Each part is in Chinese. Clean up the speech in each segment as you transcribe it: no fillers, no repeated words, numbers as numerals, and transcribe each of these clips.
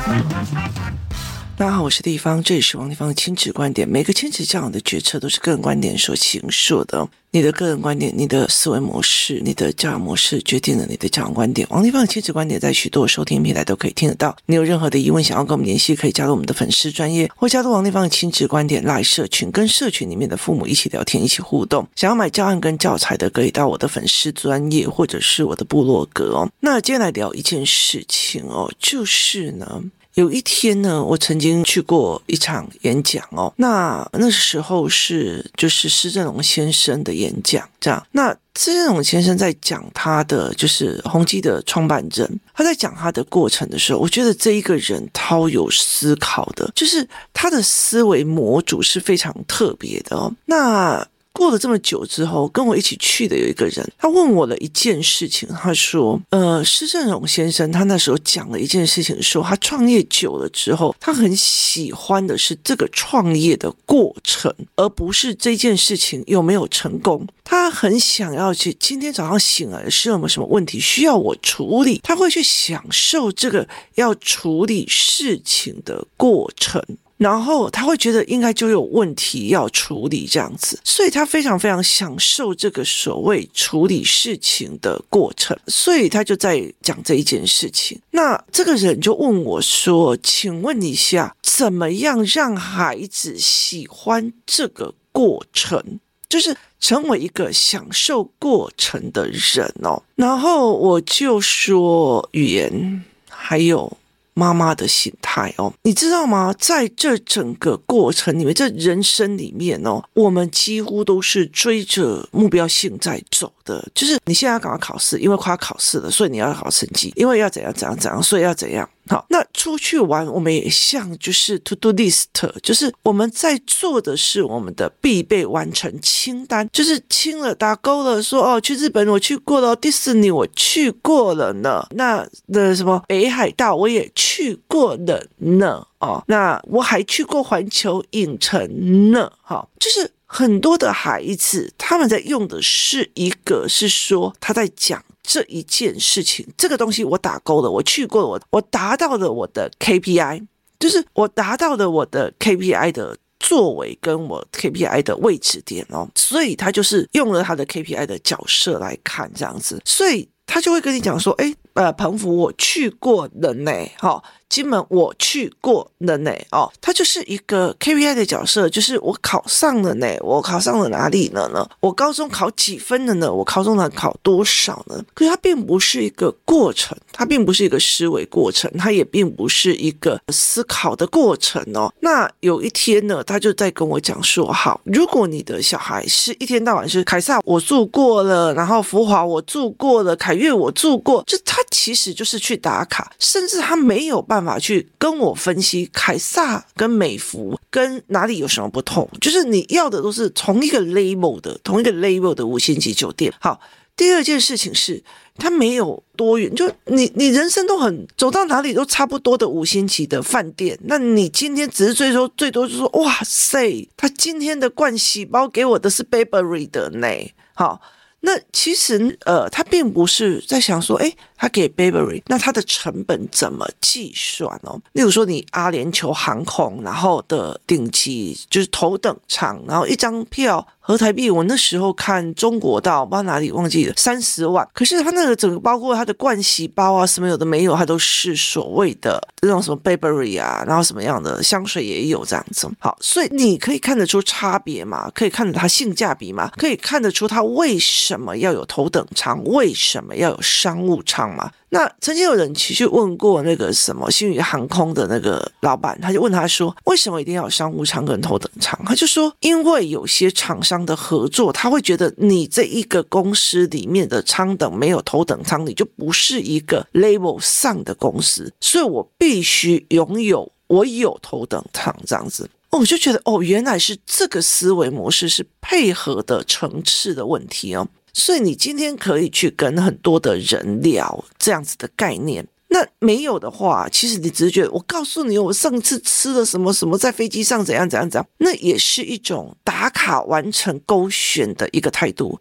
大家好，我是地方，这里是王地方的亲子观点。每个亲子教养的决策都是个人观点所形塑的，你的个人观点、你的思维模式、你的教养模式决定了你的教养观点。王地方的亲子观点在许多收听平台都可以听得到。你有任何的疑问想要跟我们联系，可以加入我们的粉丝专页，或加入王地方的亲子观点 LINE 社群，跟社群里面的父母一起聊天，一起互动。想要买教案跟教材的，可以到我的粉丝专页或者是我的部落格哦。那接下来聊一件事情哦，就是呢，有一天呢，我曾经去过一场演讲哦，那时候就是施正荣先生的演讲，这样。那施正荣先生在讲他的就是宏基的创办人，他在讲他的过程的时候，我觉得这一个人超有思考的，就是他的思维模组是非常特别的哦。那过了这么久之后，跟我一起去的有一个人，他问我了一件事情，他说施正荣先生他那时候讲了一件事情，说他创业久了之后，他很喜欢的是这个创业的过程，而不是这件事情有没有成功。他很想要去今天早上醒来是有没有什么问题需要我处理，他会去享受这个要处理事情的过程，然后他会觉得应该就有问题要处理这样子，所以他非常非常享受这个所谓处理事情的过程，所以他就在讲这一件事情。那这个人就问我说，请问一下，怎么样让孩子喜欢这个过程，就是成为一个享受过程的人哦。然后我就说语言还有妈妈的心态哦，你知道吗？在这整个过程里面，这人生里面哦，我们几乎都是追着目标性在走的。就是你现在要赶快考试，因为快要考试了，所以你要考成绩，因为要怎样怎样怎样，所以要怎样。好，那出去玩，我们也像就是 to do list， 就是我们在做的是我们的必备完成清单，就是清了打勾了，说哦，去日本我去过了，迪士尼我去过了呢，那什么北海道我也去过了呢，哦，那我还去过环球影城呢，好，就是很多的孩子他们在用的是一个是说他在讲这一件事情，这个东西我打勾了，我去过了，我达到了我的 KPI， 就是我达到了我的 KPI 的作为跟我 KPI 的位置点哦，所以他就是用了他的 KPI 的角色来看这样子，所以他就会跟你讲说，澎湖我去过了呢，金门我去过了呢，他就是一个 KPI 的角色，就是我考上了呢，我考上了哪里了呢？我高中考几分了呢？我高中考多少呢？可是它并不是一个过程，它并不是一个思维过程，它也并不是一个思考的过程哦。那有一天呢，他就在跟我讲说，好，如果你的小孩是一天到晚是凯撒我住过了，然后福华我住过了，凯悦我住过，就他其实就是去打卡，甚至他没有办法去跟我分析凯撒跟美孚跟哪里有什么不同，就是你要的都是同一个 label 的五星级酒店。好，第二件事情是他没有多元，就你人生都很走到哪里都差不多的五星级的饭店，那你今天只是最多就说哇塞，他今天的盥洗包给我的是 Burberry 的呢，好。那其实他并不是在想说他给 Burberry 那他的成本怎么计算哦？例如说你阿联酋航空然后的顶级就是头等舱，然后一张票合台币，我那时候看中国到不知道哪里忘记了30万，可是他那个整个包括他的盥洗包啊什么有的没有，他都是所谓的那种什么 Burberry 啊，然后什么样的香水也有这样子。好，所以你可以看得出差别嘛，可以看得出它性价比嘛，可以看得出它为什么要有头等舱，为什么要有商务舱嘛。那曾经有人去问过那个什么星宇航空的那个老板，他就问他说为什么一定要有商务舱跟头等舱，他就说因为有些厂商的合作，他会觉得你这一个公司里面的舱等没有头等舱，你就不是一个 label 上的公司，所以我必须我有头等舱这样子。我就觉得原来是这个思维模式是配合的层次的问题哦。所以你今天可以去跟很多的人聊这样子的概念，那没有的话，其实你只是觉得我告诉你我上次吃了什么什么，在飞机上怎样怎样怎样，那也是一种打卡完成勾选的一个态度。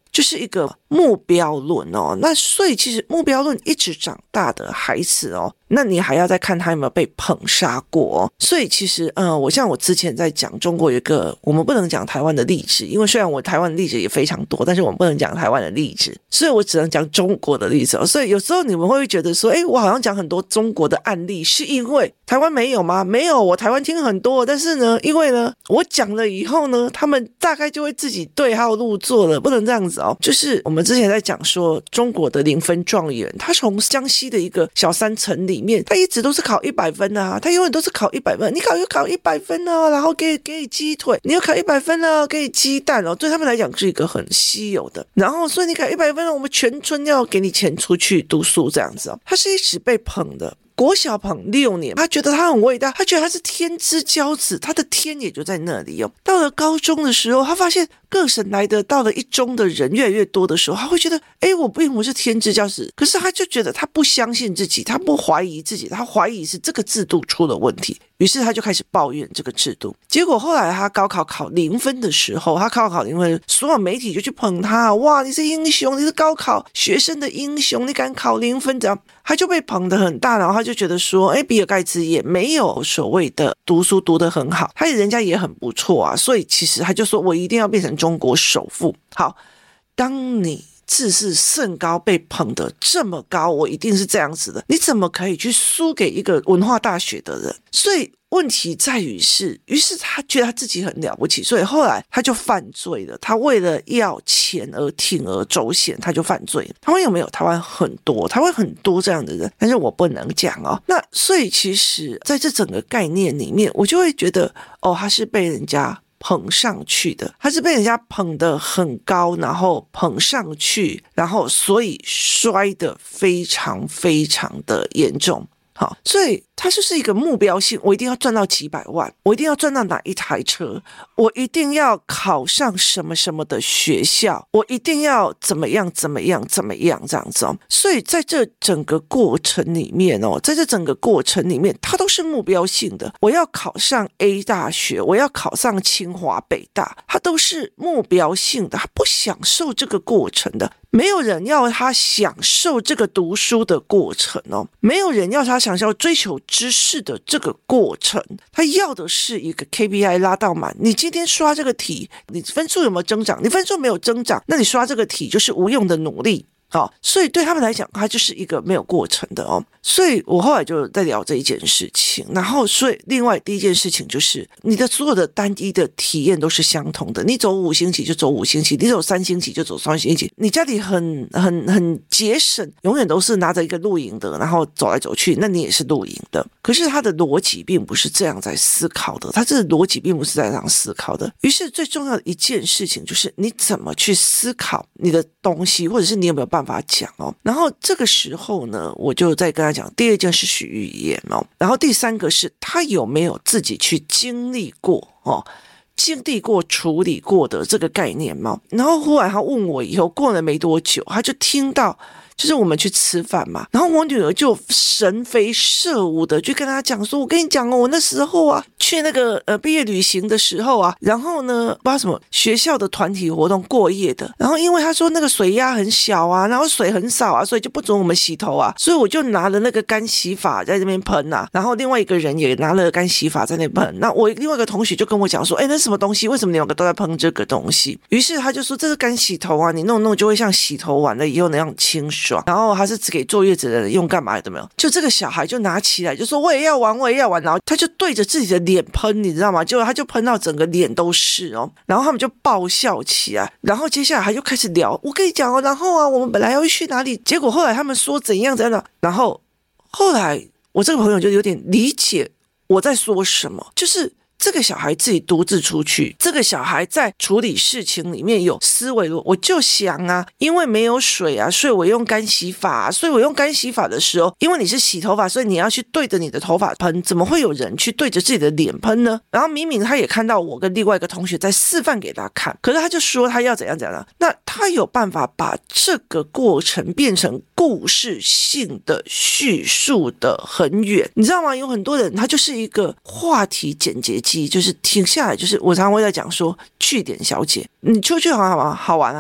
就是一个目标论哦。那所以其实目标论一直长大的孩子哦，那你还要再看他有没有被捧杀过哦。所以其实我之前在讲中国有一个，我们不能讲台湾的例子，因为虽然我台湾的例子也非常多，但是我们不能讲台湾的例子，所以我只能讲中国的例子哦。所以有时候你们会觉得说，我好像讲很多中国的案例，是因为台湾没有吗？没有，我台湾听很多，但是呢，因为呢我讲了以后呢，他们大概就会自己对号入座了，不能这样子哦。就是我们之前在讲说中国的0分状元，他从江西的一个小山城里面，他一直都是考100分啊，他永远都是考100分，你考100分哦，然后给你鸡腿，你又考100分哦，给你鸡蛋哦，对他们来讲是一个很稀有的。然后所以你考100分了，我们全村要给你钱出去读书这样子哦，他是一直被捧的。国小捧6年，他觉得他很伟大，他觉得他是天之骄子，他的天也就在那里哦。到了高中的时候，他发现各省来的到了一中的人越来越多的时候，他会觉得，我并不是天之骄子，可是他就觉得他不相信自己，他不怀疑自己，他怀疑是这个制度出了问题，于是他就开始抱怨这个制度。结果后来他高考考0分的时候，他高考0分，所有媒体就去捧他，哇，你是英雄，你是高考学生的英雄，你敢考0分，这样他就被捧得很大，然后他就觉得说，比尔盖茨也没有所谓的读书读得很好，人家也很不错啊，所以其实他就说我一定要变成中国首富。好，当你自视甚高，被捧得这么高，我一定是这样子的，你怎么可以去输给一个文化大学的人？所以问题在于于是他觉得他自己很了不起，所以后来他就犯罪了。他为了要钱而铤而走险，他就犯罪了。台湾有没有？台湾很多这样的人，但是我不能讲哦。那所以其实在这整个概念里面，我就会觉得他是被人家捧上去的，他是被人家捧得很高，然后捧上去，然后所以摔得非常非常的严重。好，所以它就是一个目标性，我一定要赚到几百万，我一定要赚到哪一台车，我一定要考上什么什么的学校，我一定要怎么样这样子哦。所以在这整个过程里面它都是目标性的。我要考上 A 大学，我要考上清华北大，它都是目标性的，他不享受这个过程的。没有人要他享受这个读书的过程哦，没有人要他享受追求知识的这个过程，他要的是一个 KPI 拉到满。你今天刷这个题，你分数有没有增长？你分数没有增长，那你刷这个题就是无用的努力。好，所以对他们来讲，它就是一个没有过程的哦。所以我后来就在聊这一件事情，然后所以另外第一件事情就是你的所有的单一的体验都是相同的，你走5星期就走5星期，你走3星期就走3星期，你家里很节省，永远都是拿着一个露营的，然后走来走去，那你也是露营的。可是他的逻辑并不是这样在思考的，他这个逻辑并不是在这样思考的。于是最重要的一件事情就是你怎么去思考你的东西，或者是你有没有办法讲哦。然后这个时候呢，我就再跟他讲，第二件是许语言哦，然后第三个是他有没有自己去经历过哦，经历过处理过的这个概念嘛。然后忽然他问我以后，过了没多久，他就听到就是我们去吃饭嘛，然后我女儿就神飞射舞的就跟他讲说，我跟你讲哦，我那时候啊去那个毕业旅行的时候啊，然后呢不知道什么学校的团体活动过夜的，然后因为他说那个水压很小啊，然后水很少啊，所以就不准我们洗头啊，所以我就拿了那个干洗法在这边喷啊，然后另外一个人也拿了干洗法在那喷，那我另外一个同学就跟我讲说，那什么东西，为什么你两个都在喷这个东西？于是他就说这是干洗头啊，你弄就会像洗头完了以后那样清爽。然后他是只给坐月子的人用，干嘛的没有？就这个小孩就拿起来就说我也要玩，然后他就对着自己的脸喷，你知道吗？结果他就喷到整个脸都是哦，然后他们就爆笑起来，然后接下来他就开始聊，我跟你讲哦，然后啊我们本来要去哪里，结果后来他们说怎样，然后后来我这个朋友就有点理解我在说什么，就是这个小孩自己独自出去，这个小孩在处理事情里面有思维了。我就想啊，因为没有水啊，所以我用干洗法啊，所以我用干洗法的时候，因为你是洗头发，所以你要去对着你的头发喷，怎么会有人去对着自己的脸喷呢？然后明明他也看到我跟另外一个同学在示范给他看，可是他就说他要怎样怎样，那他有办法把这个过程变成故事性的叙述的很远，你知道吗？有很多人他就是一个话题简洁，就是停下来，就是我常常会在讲说，据点小姐，你出去好玩啊，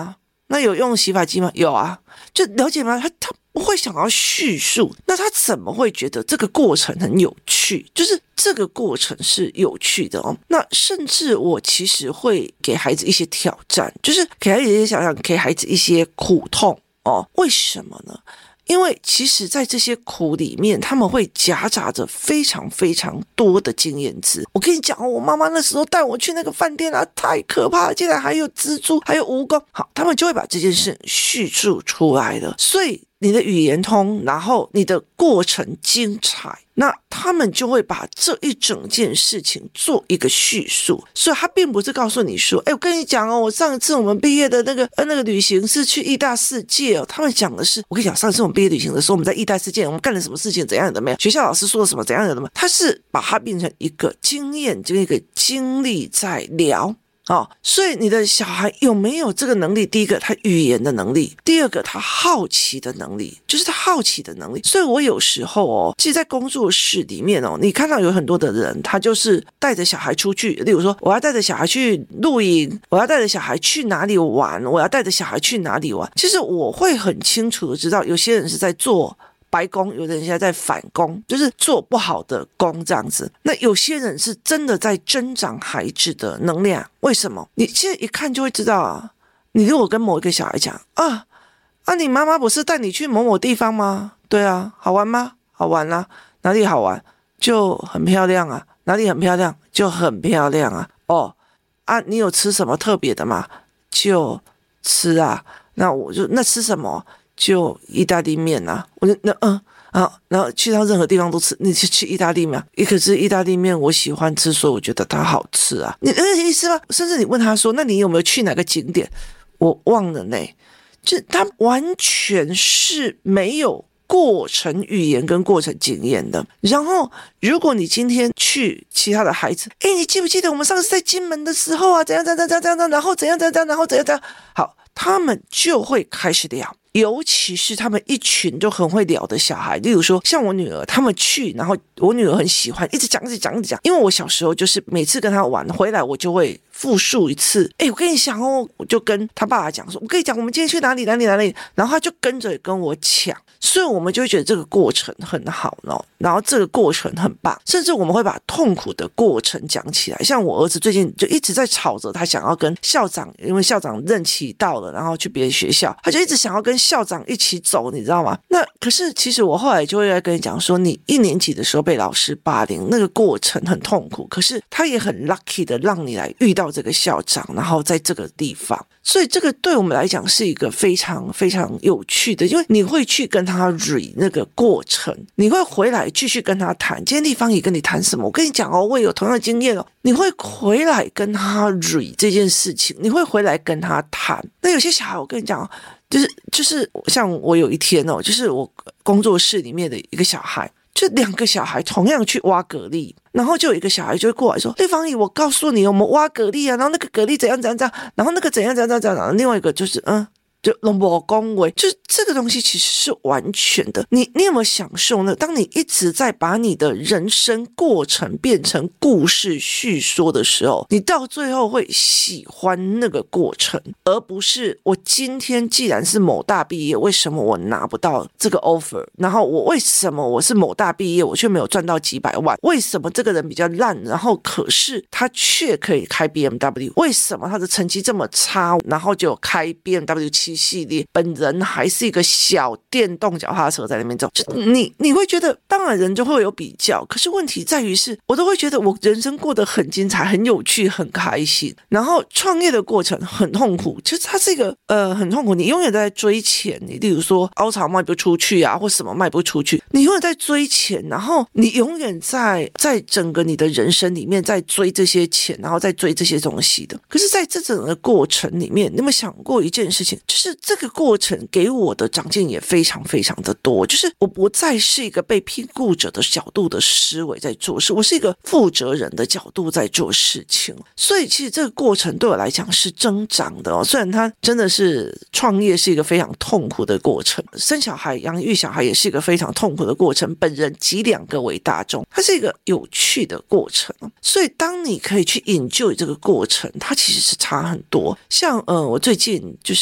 那有用洗发机吗？有啊，就了解吗？他不会想要叙述，那他怎么会觉得这个过程很有趣？就是这个过程是有趣的哦。那甚至我其实会给孩子一些挑战，就是给孩子一些想想，给孩子一些苦痛哦。为什么呢？因为其实在这些苦里面，他们会夹杂着非常非常多的经验值。我跟你讲，我妈妈那时候带我去那个饭店啊，太可怕了，竟然还有蜘蛛，还有蜈蚣。好，他们就会把这件事叙述出来了。所以你的语言通，然后你的过程精彩，那他们就会把这一整件事情做一个叙述。所以他并不是告诉你说，我跟你讲哦，我上一次我们毕业的那个旅行是去意大世界哦。他们讲的是，我跟你讲，上次我们毕业旅行的时候，我们在意大世界，我们干了什么事情，怎样的没有？学校老师说了什么，怎样的没有？他是把它变成一个经验，这个经历在聊。所以你的小孩有没有这个能力？第一个，他语言的能力；第二个，他好奇的能力，就是他好奇的能力。所以我有时候其实在工作室里面你看到有很多的人，他就是带着小孩出去，例如说，我要带着小孩去露营，我要带着小孩去哪里玩，我要带着小孩去哪里玩。其实我会很清楚的知道，有些人是在做白工，有的人现在在反工，就是做不好的工这样子。那有些人是真的在增长孩子的能量。为什么？你现在一看就会知道啊。你如果跟某一个小孩讲你妈妈不是带你去某某地方吗？对啊，好玩吗？好玩啊。哪里好玩？就很漂亮啊。哪里很漂亮？就很漂亮啊。你有吃什么特别的吗？就吃啊。那吃什么？就意大利面啊。我就然后去到任何地方都吃，你去意大利面，可是意大利面我喜欢吃，所以我觉得它好吃啊。你意思吗？甚至你问他说，那你有没有去哪个景点？我忘了呢。就他完全是没有过程语言跟过程经验的。然后如果你今天去其他的孩子，你记不记得我们上次在金门的时候啊，怎样，然后怎样，然后怎样，好，他们就会开始聊。尤其是他们一群都很会聊的小孩，例如说像我女儿，他们去，然后我女儿很喜欢一直讲，因为我小时候就是每次跟她玩回来，我就会复述一次。我跟你讲我就跟他爸爸讲说，我跟你讲，我们今天去哪里，然后他就跟着跟我抢，所以我们就会觉得这个过程很好然后这个过程很棒，甚至我们会把痛苦的过程讲起来。像我儿子最近就一直在吵着，他想要跟校长，因为校长任期到了，然后去别的学校，他就一直想要跟校长一起走，你知道吗？那可是其实我后来就会来跟你讲说，你1年级的时候被老师霸凌，那个过程很痛苦，可是他也很 lucky 的让你来遇到这个校长，然后在这个地方，所以这个对我们来讲是一个非常非常有趣的，因为你会去跟他 re 那个过程，你会回来继续跟他谈。今天地方也跟你谈什么？我跟你讲我也有同样的经验你会回来跟他 re 这件事情，你会回来跟他谈。那有些小孩，我跟你讲就是像我有一天就是我工作室里面的一个小孩，就2个小孩同样去挖蛤蜊，然后就有一个小孩就会过来说，丽芳姨，我告诉你，我们挖蛤蜊啊，然后那个蛤蜊怎样，然后那个怎样，然后另外一个就是就拢无恭维，就是这个东西其实是完全的。你有没有享受呢？当你一直在把你的人生过程变成故事叙说的时候，你到最后会喜欢那个过程，而不是我今天既然是某大毕业，为什么我拿不到这个 offer？ 然后为什么我是某大毕业，我却没有赚到几百万？为什么这个人比较烂，然后可是他却可以开 BMW？ 为什么他的成绩这么差，然后就开 BMW 7系列，本人还是一个小电动脚踏车在那边走？就你会觉得，当然人就会有比较，可是问题在于是，我都会觉得我人生过得很精彩、很有趣、很开心。然后创业的过程很痛苦，其实它是一个很痛苦，你永远在追钱。你例如说凹槽卖不出去啊，或什么卖不出去，你永远在追钱，然后你永远在整个你的人生里面在追这些钱，然后在追这些东西的。可是在这整个过程里面，你有没有想过一件事情，就是这个过程给我的长进也非常非常的多，就是我不再是一个被评估者的角度的思维在做事，我是一个负责人的角度在做事情。所以其实这个过程对我来讲是增长的虽然它真的是创业是一个非常痛苦的过程，生小孩养育小孩也是一个非常痛苦的过程，本人集2个为大众，它是一个有趣的过程。所以当你可以去 enjoy 这个过程，它其实是差很多。像我最近就是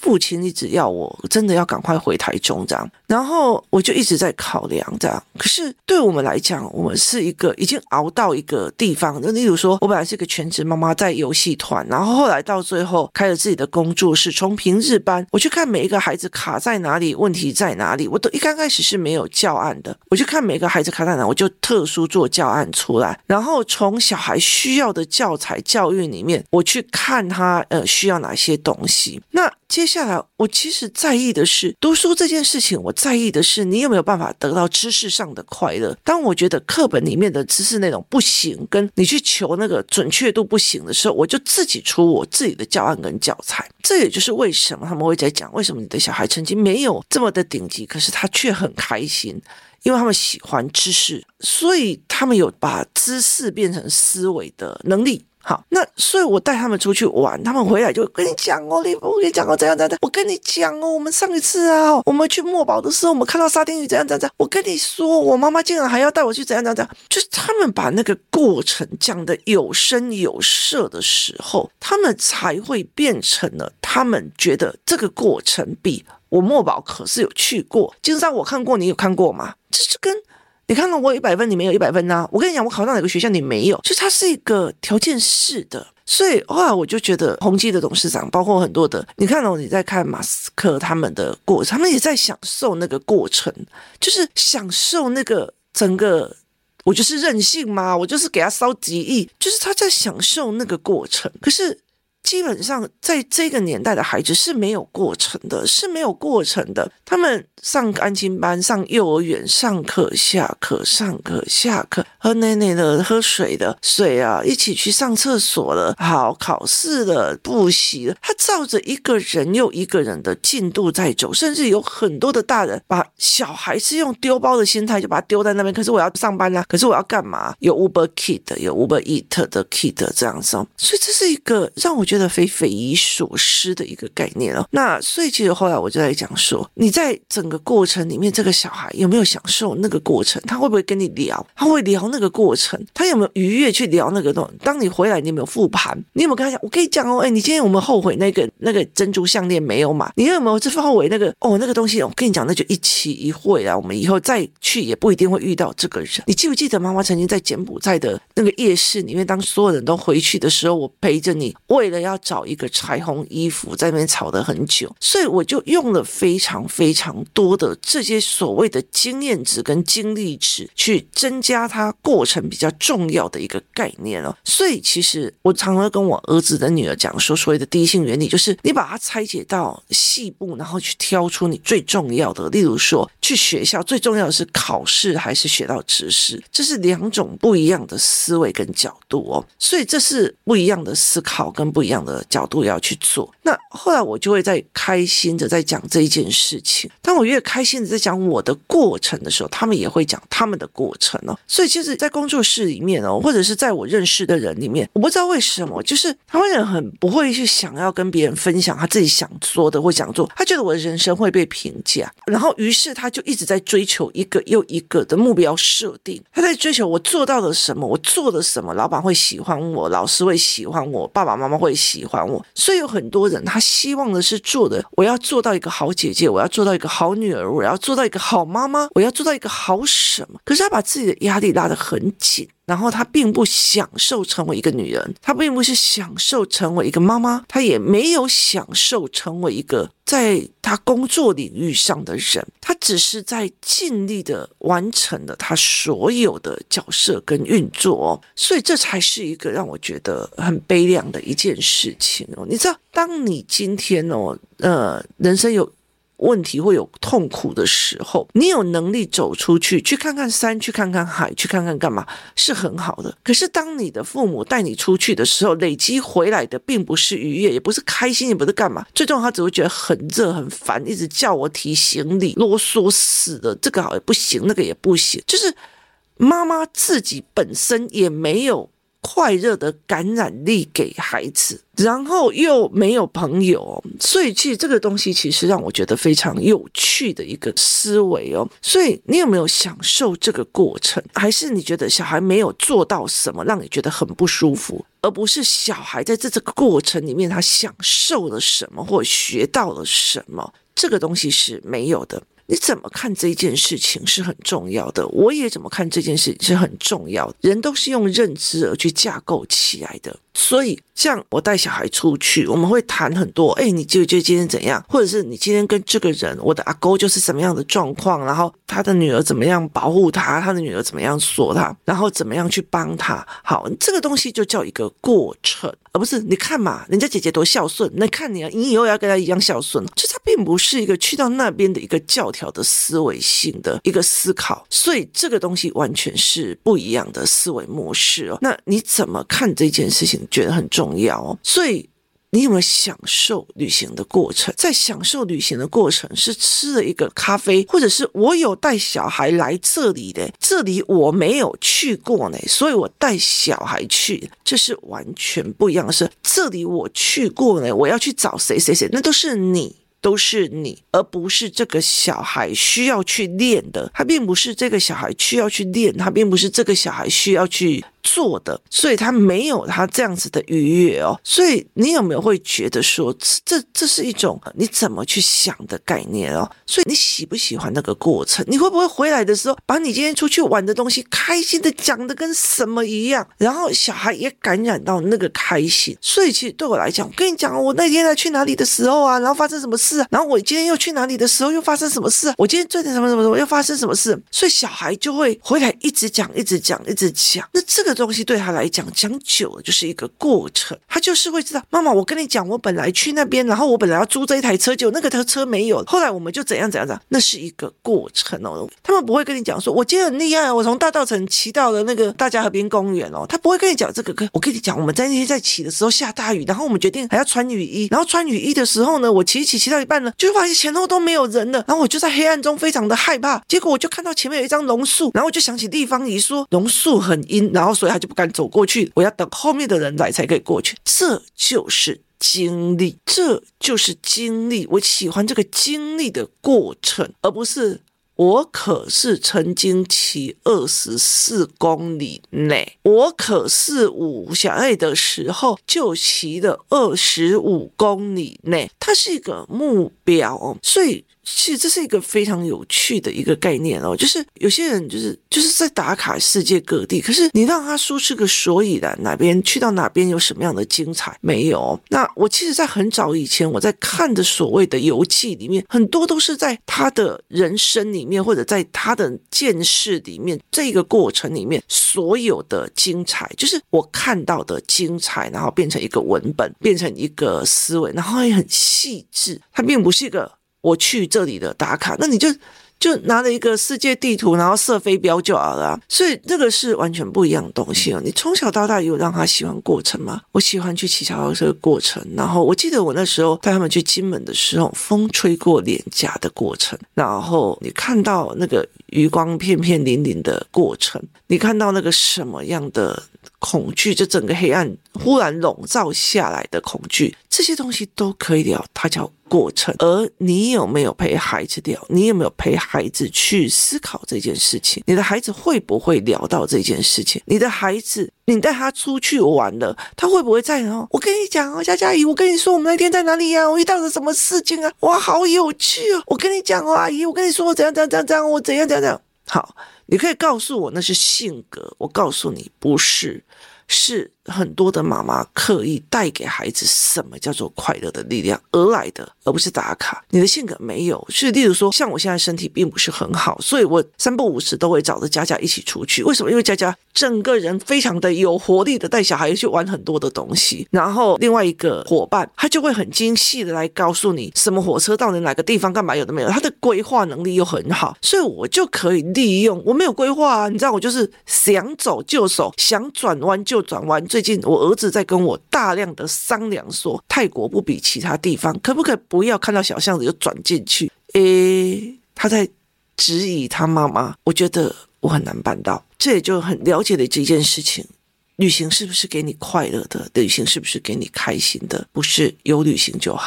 父亲一直要我真的要赶快回台中这样，然后我就一直在考量这样。可是对我们来讲，我们是一个已经熬到一个地方，就例如说我本来是一个全职妈妈在游戏团，然后后来到最后开了自己的工作室，从平日班我去看每一个孩子卡在哪里，问题在哪里，我都一刚开始是没有教案的，我去看每个孩子卡在哪，我就特殊做教案出来，然后从小孩需要的教材教育里面，我去看他需要哪些东西。那接下来我其实在意的是读书这件事情，我在意的是你有没有办法得到知识上的快乐。当我觉得课本里面的知识内容不行，跟你去求那个准确度不行的时候，我就自己出我自己的教案跟教材。这也就是为什么他们会在讲，为什么你的小孩成绩没有这么的顶级，可是他却很开心，因为他们喜欢知识，所以他们有把知识变成思维的能力。好，那所以我带他们出去玩，他们回来就跟你讲哦，我跟你讲哦，怎样怎样，我跟你讲哦，我们上一次啊，我们去墨宝的时候，我们看到沙丁鱼怎样怎样，我跟你说，我妈妈竟然还要带我去怎样怎样怎样，就是他们把那个过程讲得有声有色的时候，他们才会变成了他们觉得这个过程比我墨宝可是有去过，金山我看过，你有看过吗？这是跟你看到我有100分，你没有100分啊！我跟你讲，我考到哪个学校你没有，就它是一个条件式的。所以后来我就觉得宏基的董事长，包括很多的，你看你在看马斯克他们的过程，他们也在享受那个过程，就是享受那个整个。我就是任性嘛，我就是给他烧几亿，就是他在享受那个过程。可是基本上在这个年代的孩子是没有过程的，是没有过程的。他们上安亲班，上幼儿园，上课下课，上课下课，喝奶奶的，喝水的，水啊，一起去上厕所了，好，考试了，补习了。他照着一个人又一个人的进度在走，甚至有很多的大人把小孩是用丢包的心态就把他丢在那边。可是我要上班啦，可是我要干嘛？有 Uber Kid， 有 Uber Eat 的 Kid 这样子，所以这是一个让我觉得匪夷所思的一个概念哦。那所以其实后来我就在讲说，你在整个过程里面，这个小孩有没有享受那个过程？他会不会跟你聊？他会聊那个过程？他有没有愉悦去聊那个东西？当你回来，你有没有复盘？你有没有跟他讲？我跟你讲哦，你今天有没有后悔那个珍珠项链没有买？你有没有这后悔那个那个东西？我跟你讲，那就一期一会啊，我们以后再去也不一定会遇到这个人。你记不记得妈妈曾经在柬埔寨的那个夜市里面，当所有人都回去的时候，我陪着你，为了要找一个彩虹衣服，在那边吵得很久。所以我就用了非常非常多的这些所谓的经验值跟经历值，去增加它过程比较重要的一个概念哦。所以其实我常常跟我儿子的女儿讲说，所谓的第一性原理，就是你把它拆解到细部，然后去挑出你最重要的。例如说，去学校最重要的是考试还是学到知识，这是两种不一样的思维跟角度哦。所以这是不一样的思考跟不一样的角度要去做。那后来我就会在开心的在讲这一件事情，当我越开心的在讲我的过程的时候，他们也会讲他们的过程哦。所以其实在工作室里面哦，或者是在我认识的人里面，我不知道为什么，就是台湾人很不会去想要跟别人分享他自己想说的或想做，他觉得我的人生会被评价，然后于是他就一直在追求一个又一个的目标设定，他在追求我做到了什么，我做了什么，老板会喜欢我，老师会喜欢我，爸爸妈妈会喜欢我。所以有很多人他希望的是做的，我要做到一个好姐姐，我要做到一个好女儿，我要做到一个好妈妈，我要做到一个好什么。可是他把自己的压力拉得很紧，然后他并不享受成为一个女人，他并不是享受成为一个妈妈，他也没有享受成为一个在他工作领域上的人，他只是在尽力的完成了他所有的角色跟运作哦。所以这才是一个让我觉得很悲凉的一件事情哦。你知道，当你今天人生有问题会有痛苦的时候，你有能力走出去，去看看山，去看看海，去看看干嘛，是很好的。可是当你的父母带你出去的时候，累积回来的并不是愉悦，也不是开心，也不是干嘛，最重要他只会觉得很热很烦，一直叫我提行李，啰嗦死了，这个好也不行，那个也不行，就是妈妈自己本身也没有快乐的感染力给孩子，然后又没有朋友，所以其实这个东西其实让我觉得非常有趣的一个思维哦。所以你有没有享受这个过程，还是你觉得小孩没有做到什么让你觉得很不舒服， 而不是小孩在这个过程里面他享受了什么或学到了什么，这个东西是没有的。你怎么看这件事情是很重要的，我也怎么看这件事情是很重要的。人都是用认知而去架构起来的，所以像我带小孩出去，我们会谈很多，你觉得今天怎样，或者是你今天跟这个人，我的阿公就是什么样的状况，然后他的女儿怎么样保护他，他的女儿怎么样说他，然后怎么样去帮他。好，这个东西就叫一个过程，而不是你看嘛，人家姐姐多孝顺，那看你以后要跟他一样孝顺，就它并不是一个去到那边的一个教条的思维性的一个思考，所以这个东西完全是不一样的思维模式哦。那你怎么看这件事情，觉得很重要哦。所以你有没有享受旅行的过程？在享受旅行的过程是吃了一个咖啡，或者是我有带小孩来这里的，这里我没有去过呢，所以我带小孩去，这是完全不一样的事。这里我去过呢，我要去找谁谁谁，那都是你，而不是这个小孩需要去练的。他并不是这个小孩需要去练，他并不是这个小孩需要去做的，所以他没有他这样子的愉悦哦。所以你有没有会觉得说，这是一种你怎么去想的概念哦？所以你喜不喜欢那个过程？你会不会回来的时候，把你今天出去玩的东西开心的讲的跟什么一样，然后小孩也感染到那个开心？所以其实对我来讲，我跟你讲，我那天去哪里的时候啊，然后发生什么事啊，然后我今天又去哪里的时候又发生什么事啊，我今天做点什么什么什么又发生什么事，所以小孩就会回来一直讲。那这个东西对他来讲，讲久了就是一个过程，他就是会知道，妈妈，我跟你讲，我本来去那边，然后我本来要租这一台车，结果那个车没有，后来我们就怎样，那是一个过程哦。他们不会跟你讲说，我今天很厉害，我从大稻埕骑到了那个大家河边公园哦，他不会跟你讲这个。我跟你讲，我们在那天在骑的时候下大雨，然后我们决定还要穿雨衣，然后穿雨衣的时候呢，我骑到一半呢，就发现前后都没有人了，然后我就在黑暗中非常的害怕，结果我就看到前面有一张榕树，然后我就想起地方姨说榕树很阴，然后所以他就不敢走过去，我要等后面的人来才可以过去。这就是经历，我喜欢这个经历的过程，而不是我可是曾经骑24公里内，我可是5岁的时候就骑了25公里内，它是一个目标哦。所以其实这是一个非常有趣的一个概念哦，就是有些人就是在打卡世界各地，可是你让他说是个所以然，哪边去到哪边有什么样的精彩没有？那我其实在很早以前我在看的所谓的游记里面，很多都是在他的人生里面，或者在他的见识里面，这个过程里面所有的精彩，就是我看到的精彩，然后变成一个文本，变成一个思维，然后也很细致，它并不是一个我去这里的打卡，那你就拿了一个世界地图，然后射飞镖就好了啊。所以这个是完全不一样的东西哦。你从小到大有让他喜欢过程吗？我喜欢去骑脚踏车的过程，然后我记得我那时候带他们去金门的时候，风吹过脸颊的过程，然后你看到那个余光片片粼粼的过程，你看到那个什么样的恐惧，这整个黑暗忽然笼罩下来的恐惧，这些东西都可以聊，它叫过程。而你有没有陪孩子聊？你有没有陪孩子去思考这件事情？你的孩子会不会聊到这件事情？你的孩子，你带他出去玩了，他会不会在我跟你讲佳佳姨，我跟你说我们那天在哪里啊，我遇到了什么事情啊，哇好有趣哦，我跟你讲阿姨，我跟你说我怎样我怎样。好，你可以告诉我那是性格，我告诉你不是，是很多的妈妈刻意带给孩子什么叫做快乐的力量而来的，而不是打卡。你的性格没有，是例如说像我现在身体并不是很好，所以我3不5时都会找着佳佳一起出去。为什么？因为佳佳整个人非常的有活力的带小孩去玩很多的东西，然后另外一个伙伴他就会很精细的来告诉你什么火车到底哪个地方干嘛，有的没有，他的规划能力又很好，所以我就可以利用，我没有规划啊，你知道我就是想走就走，想转弯就转弯。最近我儿子在跟我大量的商量说，泰国不比其他地方，可不可以不要看到小巷子就转进去？他在质疑他妈妈，我觉得我很难办到。这也就很了解的这件事情，旅行是不是给你快乐的？旅行是不是给你开心的？不是有旅行就好，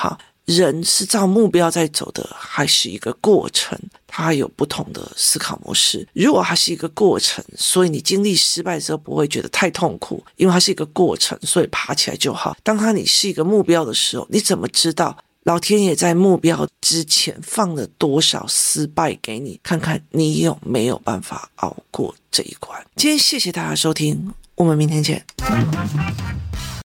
人是照目标在走的，还是一个过程？它有不同的思考模式。如果它是一个过程，所以你经历失败之后不会觉得太痛苦，因为它是一个过程，所以爬起来就好。当你是一个目标的时候，你怎么知道老天爷在目标之前放了多少失败给你，看看你有没有办法熬过这一关。今天谢谢大家收听，我们明天见。